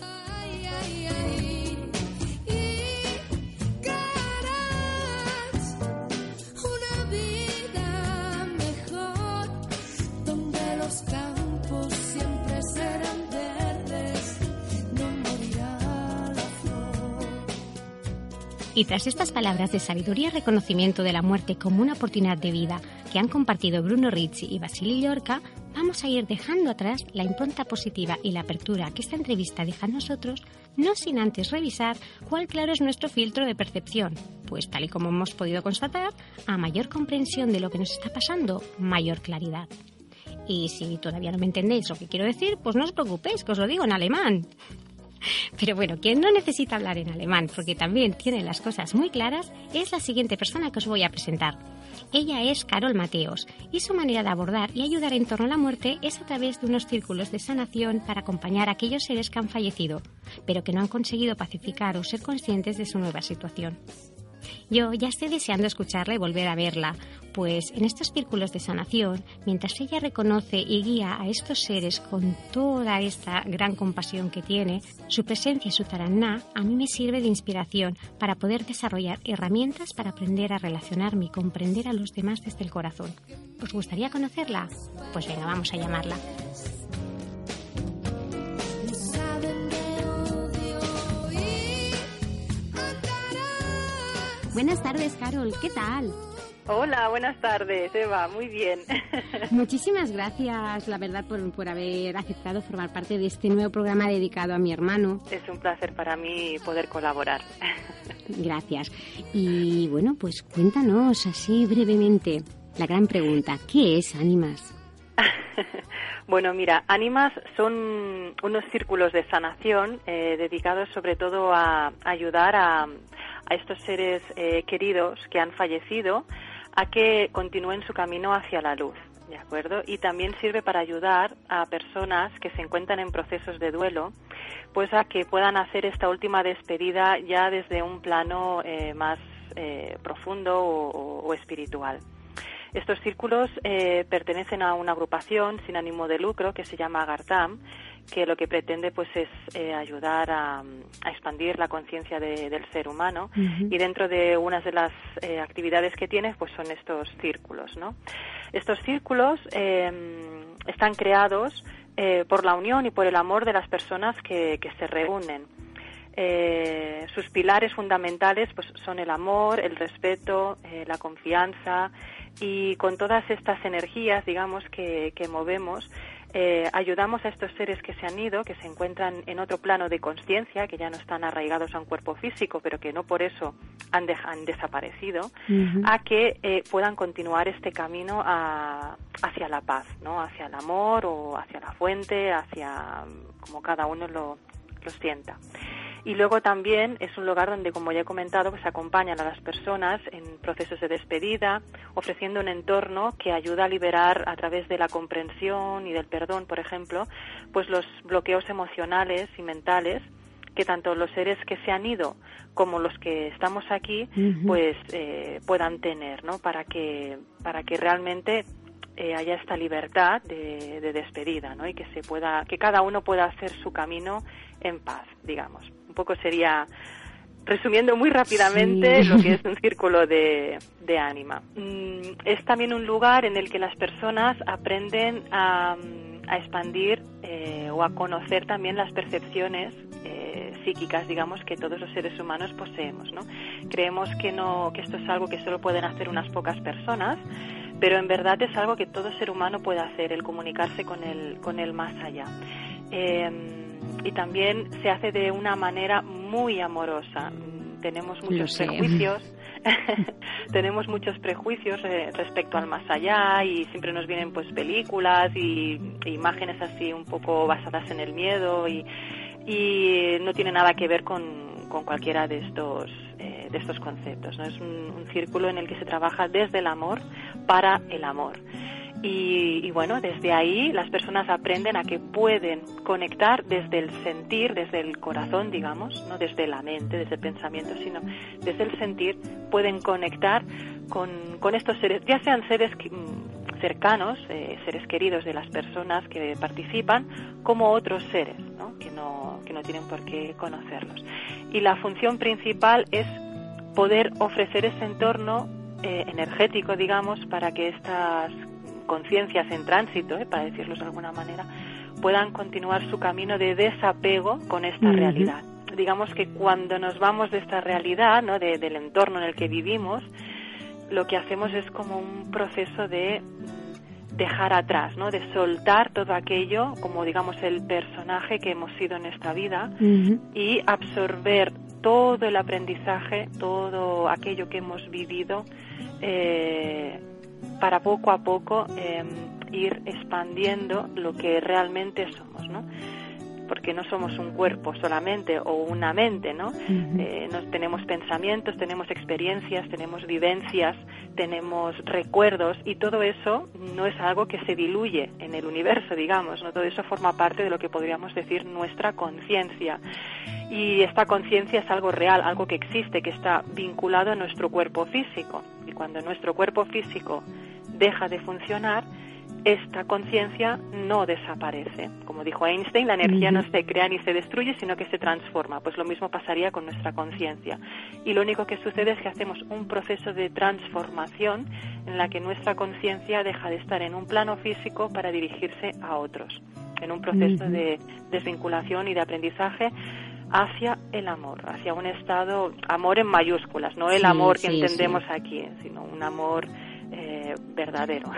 Una vida mejor, donde los campos siempre serán verdes, no morirá la flor. Y tras estas palabras de sabiduría y reconocimiento de la muerte como una oportunidad de vida que han compartido Bruno Ricci y Vasili Llorca, vamos a ir dejando atrás la impronta positiva y la apertura que esta entrevista deja a nosotros, no sin antes revisar cuál claro es nuestro filtro de percepción, pues tal y como hemos podido constatar, a mayor comprensión de lo que nos está pasando, mayor claridad. Y si todavía no me entendéis lo que quiero decir, pues no os preocupéis, que os lo digo en alemán. Pero bueno, quien no necesita hablar en alemán, porque también tiene las cosas muy claras, es la siguiente persona que os voy a presentar. Ella es Carol Mateos y su manera de abordar y ayudar en torno a la muerte es a través de unos círculos de sanación para acompañar a aquellos seres que han fallecido, pero que no han conseguido pacificar o ser conscientes de su nueva situación. Yo ya estoy deseando escucharla y volver a verla, pues en estos círculos de sanación, mientras ella reconoce y guía a estos seres con toda esta gran compasión que tiene, su presencia y su taraná a mí me sirve de inspiración para poder desarrollar herramientas para aprender a relacionarme y comprender a los demás desde el corazón. ¿Os gustaría conocerla? Pues venga, vamos a llamarla. Buenas tardes, Carol. ¿Qué tal? Hola, buenas tardes, Eva. Muy bien. Muchísimas gracias, la verdad, por, por haber aceptado formar parte de este nuevo programa dedicado a mi hermano. Es un placer para mí poder colaborar. Gracias. Y bueno, pues cuéntanos así brevemente la gran pregunta. ¿Qué es Ánimas? Bueno, mira, Ánimas son unos círculos de sanación eh, dedicados sobre todo a ayudar a, a estos seres eh, queridos que han fallecido a que continúen su camino hacia la luz, ¿de acuerdo? Y también sirve para ayudar a personas que se encuentran en procesos de duelo, pues a que puedan hacer esta última despedida ya desde un plano eh, más eh, profundo o, o, o espiritual. Estos círculos eh, pertenecen a una agrupación sin ánimo de lucro que se llama Gartam, que lo que pretende pues es eh, ayudar a, a expandir la conciencia de, del ser humano, uh-huh. Y dentro de unas de las eh, actividades que tiene pues son estos círculos, ¿no? Estos círculos eh, están creados eh, por la unión y por el amor de las personas que, que se reúnen. Eh, sus pilares fundamentales pues son el amor, el respeto, eh, la confianza, y con todas estas energías, digamos, que, que movemos, eh, ayudamos a estos seres que se han ido, que se encuentran en otro plano de conciencia, que ya no están arraigados a un cuerpo físico, pero que no por eso han, de, han desaparecido, uh-huh. a que eh, puedan continuar este camino a, hacia la paz, ¿no? Hacia el amor o hacia la fuente, hacia como cada uno lo, lo sienta. Y luego también es un lugar donde, como ya he comentado, pues acompañan a las personas en procesos de despedida, ofreciendo un entorno que ayuda a liberar a través de la comprensión y del perdón, por ejemplo, pues los bloqueos emocionales y mentales que tanto los seres que se han ido como los que estamos aquí, uh-huh. pues eh, puedan tener, ¿no? Para que para que realmente eh, haya esta libertad de, de despedida, ¿no? Y que se pueda, que cada uno pueda hacer su camino en paz, digamos. Un poco sería, resumiendo muy rápidamente, sí. Lo que es un círculo de, de ánima. Es también un lugar en el que las personas aprenden a, a expandir eh, o a conocer también las percepciones eh, psíquicas, digamos, que todos los seres humanos poseemos, ¿no? Creemos que no, que esto es algo que solo pueden hacer unas pocas personas, pero en verdad es algo que todo ser humano puede hacer, el comunicarse con el, con el más allá. Eh, y también se hace de una manera muy amorosa. Tenemos muchos prejuicios, tenemos muchos prejuicios eh, respecto al más allá, y siempre nos vienen pues películas y, y imágenes así un poco basadas en el miedo, y, y no tiene nada que ver con, con cualquiera de estos eh, de estos conceptos, ¿no? Es un, un círculo en el que se trabaja desde el amor para el amor. Y, y bueno, desde ahí las personas aprenden a que pueden conectar desde el sentir, desde el corazón, digamos, no desde la mente, desde el pensamiento, sino desde el sentir, pueden conectar con, con estos seres, ya sean seres que, cercanos, eh, seres queridos de las personas que participan, como otros seres, ¿no? Que no, que no tienen por qué conocerlos. Y la función principal es poder ofrecer ese entorno eh, energético, digamos, para que estas conciencias en tránsito, eh, para decirlo de alguna manera, puedan continuar su camino de desapego con esta uh-huh. realidad. Digamos que cuando nos vamos de esta realidad, ¿no? de, del entorno en el que vivimos, lo que hacemos es como un proceso de dejar atrás, ¿no? De soltar todo aquello, como digamos el personaje que hemos sido en esta vida, uh-huh. y absorber todo el aprendizaje, todo aquello que hemos vivido, eh, para poco a poco eh, ir expandiendo lo que realmente somos, ¿no? Porque no somos un cuerpo solamente o una mente, ¿no? Uh-huh. Eh, nos, tenemos pensamientos, tenemos experiencias, tenemos vivencias, tenemos recuerdos, y todo eso no es algo que se diluye en el universo, digamos, ¿no? Todo eso forma parte de lo que podríamos decir nuestra conciencia. Y esta conciencia es algo real, algo que existe, que está vinculado a nuestro cuerpo físico. Y cuando nuestro cuerpo físico deja de funcionar, esta conciencia no desaparece. Como dijo Einstein, la energía no se crea ni se destruye, sino que se transforma. Pues lo mismo pasaría con nuestra conciencia. Y lo único que sucede es que hacemos un proceso de transformación en la que nuestra conciencia deja de estar en un plano físico para dirigirse a otros, en un proceso uh-huh. de desvinculación y de aprendizaje hacia el amor, hacia un estado, amor en mayúsculas, no el sí, amor que sí, entendemos sí. aquí, sino un amor eh, verdadero.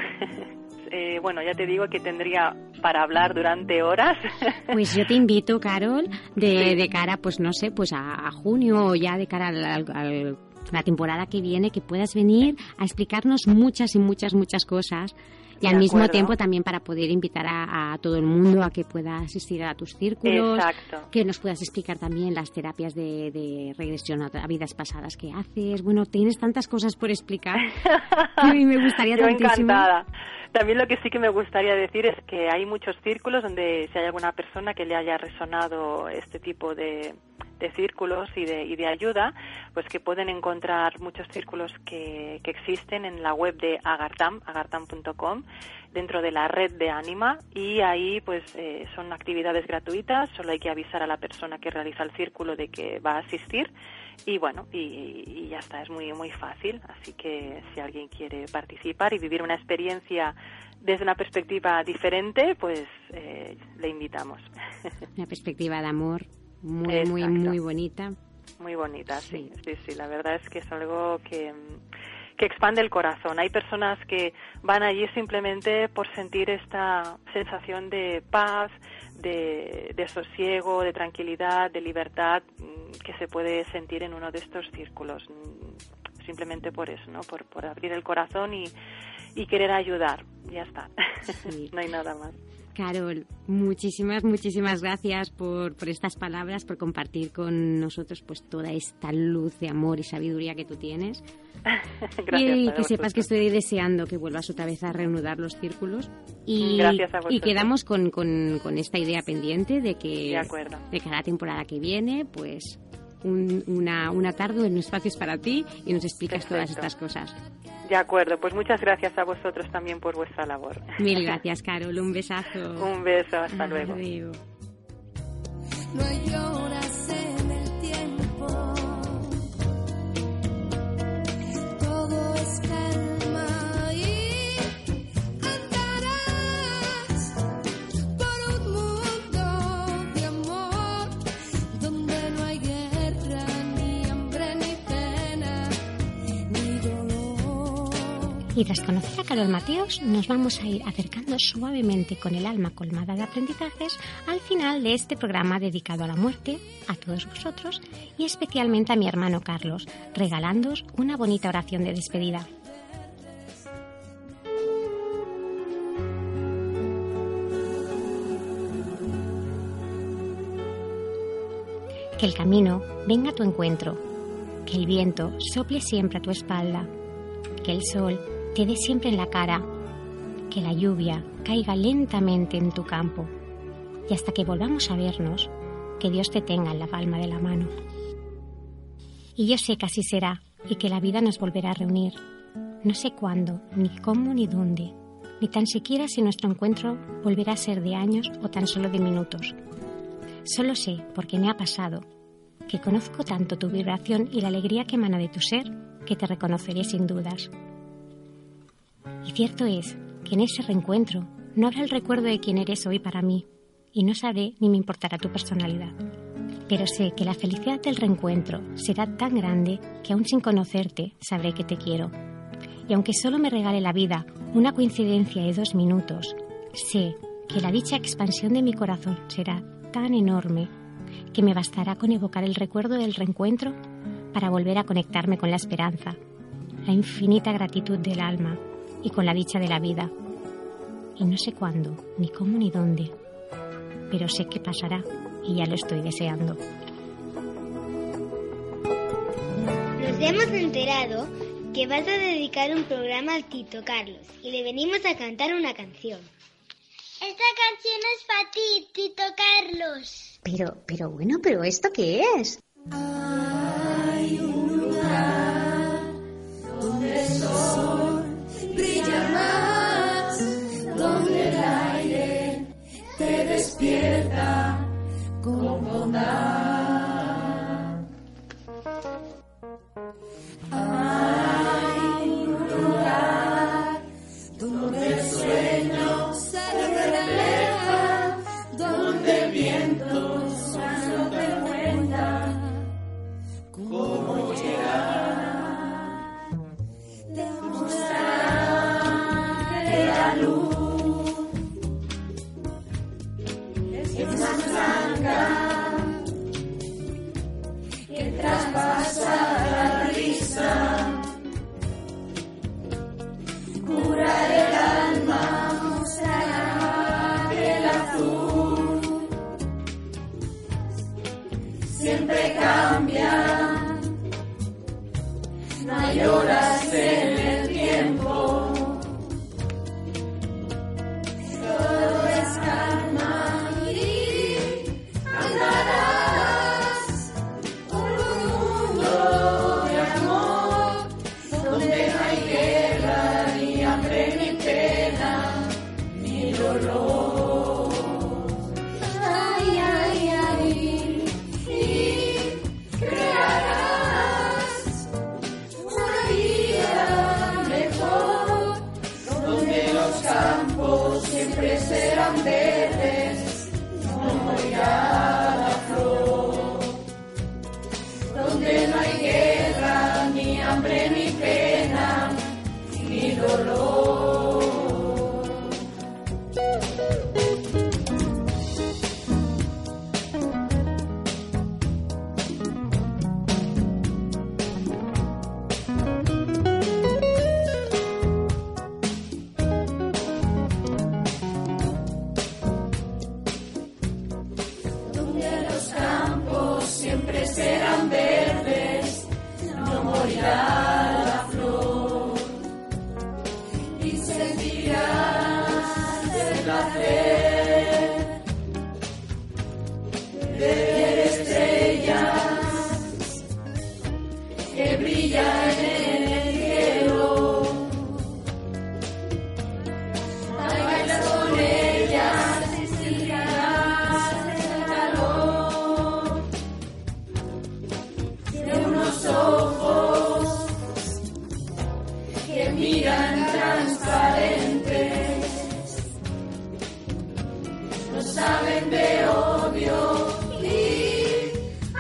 Eh, bueno, ya te digo que tendría para hablar durante horas. Pues yo te invito, Carol, de, sí. de cara, pues no sé, pues a, a junio o ya de cara al, al, al, a la temporada que viene, que puedas venir a explicarnos muchas y muchas, muchas cosas. Y al mismo tiempo también para poder invitar a, a todo el mundo a que pueda asistir a tus círculos. Exacto. Que nos puedas explicar también las terapias de, de regresión a vidas pasadas que haces. Bueno, tienes tantas cosas por explicar que a mí me gustaría Yo tantísimo. Encantada. También lo que sí que me gustaría decir es que hay muchos círculos donde si hay alguna persona que le haya resonado este tipo de, de círculos y de, y de ayuda, pues que pueden encontrar muchos círculos que, que existen en la web de Agartam, agartam punto com, dentro de la red de Anima, y ahí pues eh, son actividades gratuitas, solo hay que avisar a la persona que realiza el círculo de que va a asistir. Y bueno, y, y ya está, es muy muy fácil, así que si alguien quiere participar y vivir una experiencia desde una perspectiva diferente, pues eh, le invitamos. Una perspectiva de amor muy, Exacto. muy, muy bonita. Muy bonita, sí. sí, sí, sí, la verdad es que es algo que, que expande el corazón. Hay personas que van allí simplemente por sentir esta sensación de paz, de, de sosiego, de tranquilidad, de libertad que se puede sentir en uno de estos círculos, simplemente por eso, ¿no? Por, por abrir el corazón y, y querer ayudar, ya está. Sí. No hay nada más. Carol, muchísimas, muchísimas gracias por, por estas palabras, por compartir con nosotros pues toda esta luz de amor y sabiduría que tú tienes. Gracias. Y que sepas que estoy deseando que vuelvas otra vez a reanudar los círculos. Y, Gracias a vosotros. Y quedamos con, con, con esta idea pendiente de que de acuerdo. De cada temporada que viene, pues un, una, una tarde en espacios para ti y nos explicas Perfecto. Todas estas cosas. De acuerdo, pues muchas gracias a vosotros también por vuestra labor. Mil gracias, Carol, un besazo. Un beso, hasta Adiós. luego. No hay horas en el tiempo, todo es calma y andarás por un mundo de amor, donde no hay guerra, ni hambre, ni pena, ni dolor. Y tras conocer a Carol Mateos, nos vamos a ir acercando suavemente con el alma colmada de aprendizajes al final de este programa dedicado a la muerte, a todos vosotros y especialmente a mi hermano Carlos, regalándoos una bonita oración de despedida. Que el camino venga a tu encuentro, que el viento sople siempre a tu espalda, que el sol te dé siempre en la cara, que la lluvia caiga lentamente en tu campo y hasta que volvamos a vernos, que Dios te tenga en la palma de la mano. Y yo sé que así será y que la vida nos volverá a reunir. No sé cuándo, ni cómo, ni dónde, ni tan siquiera si nuestro encuentro volverá a ser de años o tan solo de minutos. Solo sé, porque me ha pasado, que conozco tanto tu vibración y la alegría que emana de tu ser, que te reconoceré sin dudas. Y cierto es que en ese reencuentro no habrá el recuerdo de quién eres hoy para mí, y no sabré ni me importará tu personalidad. Pero sé que la felicidad del reencuentro será tan grande que aún sin conocerte sabré que te quiero. Y aunque solo me regale la vida una coincidencia de dos minutos, sé que la dicha expansión de mi corazón será tan enorme que me bastará con evocar el recuerdo del reencuentro para volver a conectarme con la esperanza, la infinita gratitud del alma y con la dicha de la vida. Y no sé cuándo, ni cómo, ni dónde, pero sé que pasará y ya lo estoy deseando. Nos hemos enterado que vas a dedicar un programa al Tito Carlos y le venimos a cantar una canción. Esta canción es para ti, Tito Carlos. Pero, pero bueno, ¿pero esto qué es? Hay un lugar donde el sol brilla más, donde el aire te despierta con bondad. Hay un lugar donde el sueño se refleja, donde el viento no te cuenta cómo llegar. Te mostrará que la luz es más blanca, que traspasa la risa, cura el alma, mostrará que el azul siempre cambia, no hay horas en el tiempo, todo es calma y andarás por un mundo de amor, donde no hay guerra, ni hambre, ni pena, ni dolor. Ay, ay, ay, y crearás una vida mejor, donde los campos siempre serán verdes, no morirá la flor, donde no hay guerra, ni hambre, ni pena, ni dolor. Donde los campos siempre serán verdes, no morirá la flor, y sentirás el placer de ver estrellas que brillan en el cielo. Ay, bailas con ellas y sentirás el calor de unos ojos que miran transparentes, no saben de odio y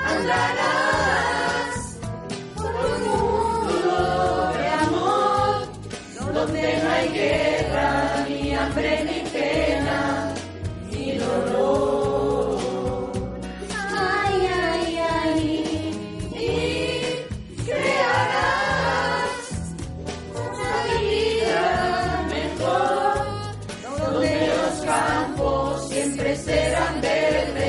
andarás por un mundo de amor, donde no hay guerra, ni hambre, ni pena, ni dolor. Ay, ay, ay, y crearás una vida mejor, donde los campos siempre serán verdes,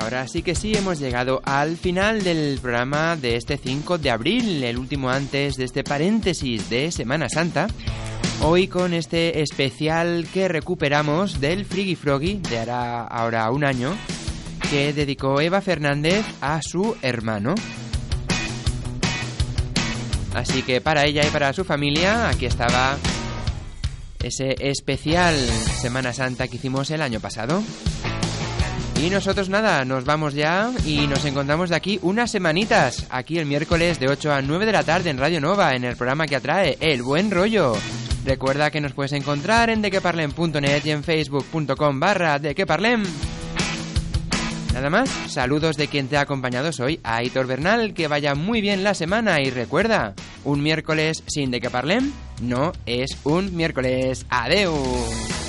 Ahora sí que sí, hemos llegado al final del programa de este cinco de abril, el último antes de este paréntesis de Semana Santa. Hoy con este especial que recuperamos del Friggy Froggy de ahora, ahora un año, que dedicó Eva Fernández a su hermano. Así que para ella y para su familia, aquí estaba ese especial Semana Santa que hicimos el año pasado. Y nosotros nada, nos vamos ya y nos encontramos de aquí unas semanitas, aquí el miércoles de ocho a nueve de la tarde en Radio Nova, en el programa que atrae, El Buen Rollo. Recuerda que nos puedes encontrar en dequeparlem punto net y en facebook punto com barra dequeparlem. Nada más, saludos de quien te ha acompañado, soy Aitor Bernal, que vaya muy bien la semana y recuerda, un miércoles sin dequeparlem no es un miércoles. ¡Adeu!